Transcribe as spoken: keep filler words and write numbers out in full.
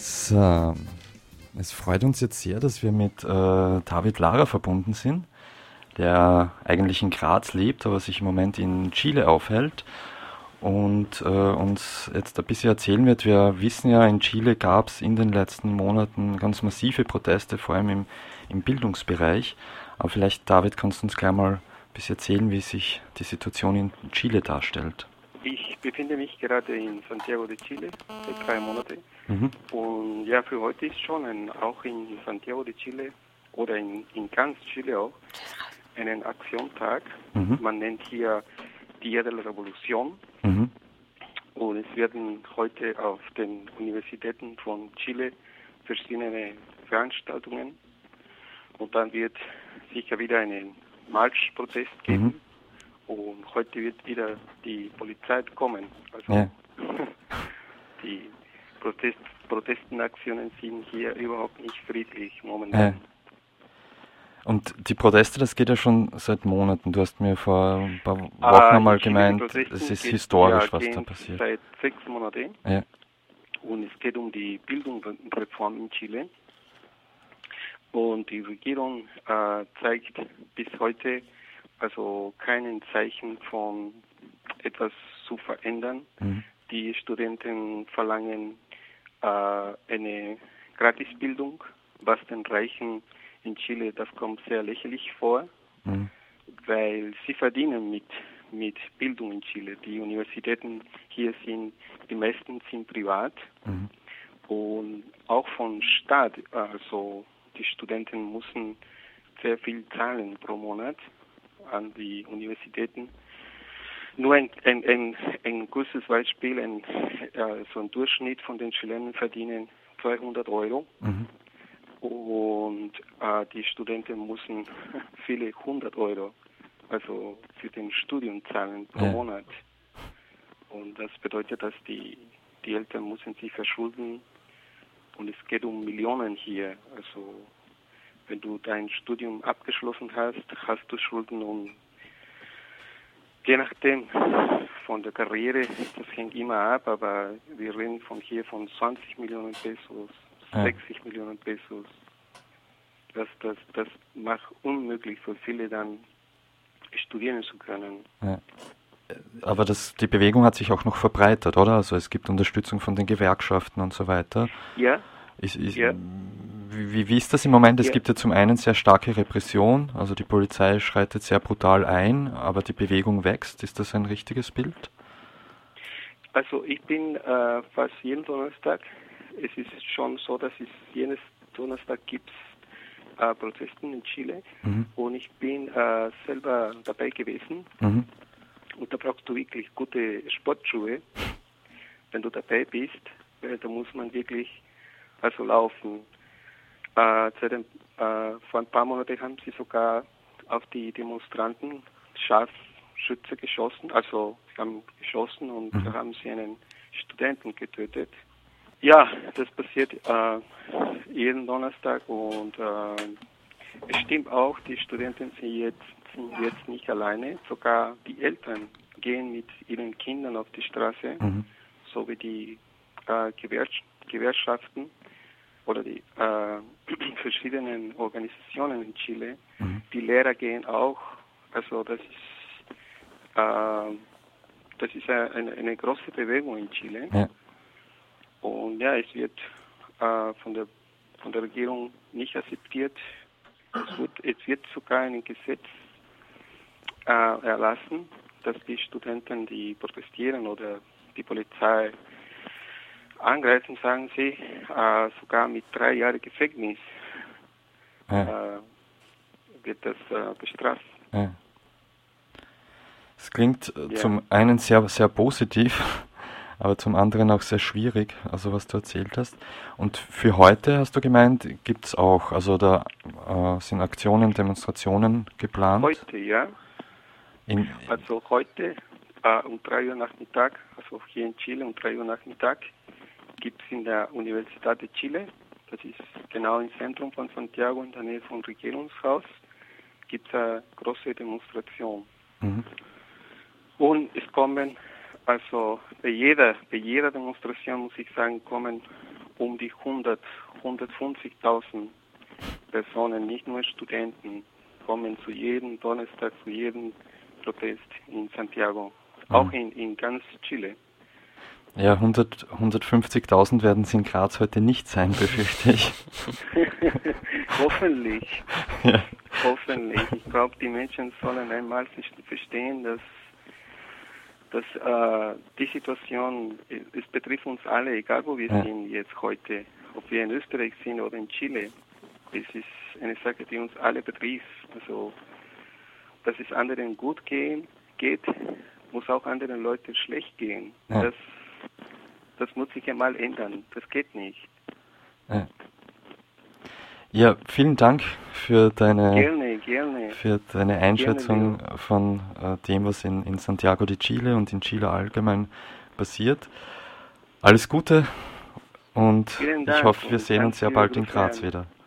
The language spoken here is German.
Es, äh, es freut uns jetzt sehr, dass wir mit äh, David Lara verbunden sind, der eigentlich in Graz lebt, aber sich im Moment in Chile aufhält und äh, uns jetzt ein bisschen erzählen wird. Wir wissen ja, in Chile gab es in den letzten Monaten ganz massive Proteste, vor allem im, im Bildungsbereich. Aber vielleicht, David, kannst du uns gleich mal ein bisschen erzählen, wie sich die Situation in Chile darstellt. Ich befinde mich gerade in Santiago de Chile seit drei Monaten. Mhm. Und ja, für heute ist schon ein, auch in Santiago de Chile oder in, in ganz Chile auch einen Aktionstag. Mhm. Man nennt hier Día de la Revolución. Mhm. Und es werden heute auf den Universitäten von Chile verschiedene Veranstaltungen. Und dann wird sicher wieder einen Marschprotest geben. Mhm. Und heute wird wieder die Polizei kommen. Also Ja. die Protest, Protestenaktionen sind hier überhaupt nicht friedlich momentan. Ja. Und die Proteste, das geht ja schon seit Monaten. Du hast mir vor ein paar Wochen Ah, einmal in Chile, gemeint, die Protesten es ist geht- historisch, ja, was da gehen passiert. Seit sechs Monaten. Ja. Und es geht um die Bildungsreform in Chile. Und die Regierung äh, zeigt bis heute also keinen Zeichen von etwas zu verändern. Mhm. Die Studenten verlangen äh, eine Gratisbildung, was den Reichen in Chile, das kommt sehr lächerlich vor, Mhm. weil sie verdienen mit, mit Bildung in Chile. Die Universitäten hier sind, die meisten sind privat Mhm. und auch vom Staat, also die Studenten müssen sehr viel zahlen pro Monat an die Universitäten. Nur ein, ein, ein, ein kurzes Beispiel, ein, äh, so ein Durchschnitt von den Chilenen verdienen zweihundert Euro Mhm. und äh, die Studenten müssen viele hundert Euro also für den Studium zahlen pro Ja. Monat. Und das bedeutet, dass die, die Eltern müssen sich verschulden und es geht um Millionen hier. Also wenn du dein Studium abgeschlossen hast, hast du Schulden um, je nachdem von der Karriere, das hängt immer ab, aber wir reden von hier von zwanzig Millionen Pesos, Ja. sechzig Millionen Pesos. Das, das, das macht unmöglich für viele dann studieren zu können. Ja. Aber das, die Bewegung hat sich auch noch verbreitert, oder? Also es gibt Unterstützung von den Gewerkschaften und so weiter. Ja, Ist, ist, Ja. wie, wie ist das im Moment? Es Ja. gibt ja zum einen sehr starke Repression, also die Polizei schreitet sehr brutal ein, aber die Bewegung wächst. Ist das ein richtiges Bild? also ich bin äh, fast jeden Donnerstag. Es ist schon so, dass es jeden Donnerstag gibt äh, Protesten in Chile Mhm. und ich bin äh, selber dabei gewesen. Mhm. Und da brauchst du wirklich gute Sportschuhe, wenn du dabei bist, weil da muss man wirklich also laufen. Äh, seit ein, äh, vor ein paar Monaten haben sie sogar auf die Demonstranten Scharfschütze geschossen, also sie haben geschossen und Mhm. da haben sie einen Studenten getötet. Ja, das passiert äh, jeden Donnerstag und äh, es stimmt auch, die Studenten sind jetzt, sind jetzt nicht alleine, sogar die Eltern gehen mit ihren Kindern auf die Straße, Mhm. so wie die äh, Gewerks Gewerkschaften oder die äh, verschiedenen Organisationen in Chile. Mhm. Die Lehrer gehen auch, also das ist, äh, das ist eine, eine große Bewegung in Chile. Ja. Und ja, es wird äh, von der von der Regierung nicht akzeptiert. Es wird, es wird sogar ein Gesetz äh, erlassen, dass die Studenten, die protestieren oder die Polizei angreifen, sagen sie, äh, sogar mit drei Jahren Gefängnis Ja. äh, wird das äh, bestraft. Ja. Es klingt äh, Ja. zum einen sehr, sehr positiv, aber zum anderen auch sehr schwierig, also was du erzählt hast. Und für heute, hast du gemeint, gibt es auch, also da äh, sind Aktionen, Demonstrationen geplant? Heute, ja. In, Also heute äh, um drei Uhr Nachmittag, also hier in Chile um drei Uhr Nachmittag, gibt es in der Universität de Chile, das ist genau im Zentrum von Santiago, in der Nähe vom Regierungshaus, gibt es eine große Demonstration. mhm. Und es kommen, also bei jeder, bei jeder Demonstration, muss ich sagen, kommen um die hundert, hundertfünfzigtausend Personen, nicht nur Studenten, kommen zu jedem Donnerstag, zu jedem Protest in Santiago, auch in, in ganz Chile. Ja, hundert, hundertfünfzigtausend werden es in Graz heute nicht sein, befürchte ich. Hoffentlich. Ja. Hoffentlich. Ich glaube, die Menschen sollen einmal verstehen, dass, dass äh, die Situation, es betrifft uns alle, egal wo wir ja. sind jetzt heute, ob wir in Österreich sind oder in Chile. Es ist eine Sache, die uns alle betrifft. Also, dass es anderen gut gehen, geht, muss auch anderen Leuten schlecht gehen. Ja. Das, das muss sich einmal ändern. Das geht nicht. Ja. Ja, vielen Dank für deine, gerne, gerne. Für deine Einschätzung gerne, von äh, dem, was in, in Santiago de Chile und in Chile allgemein passiert. Alles Gute und ich hoffe, wir sehen uns sehr bald in Graz wieder.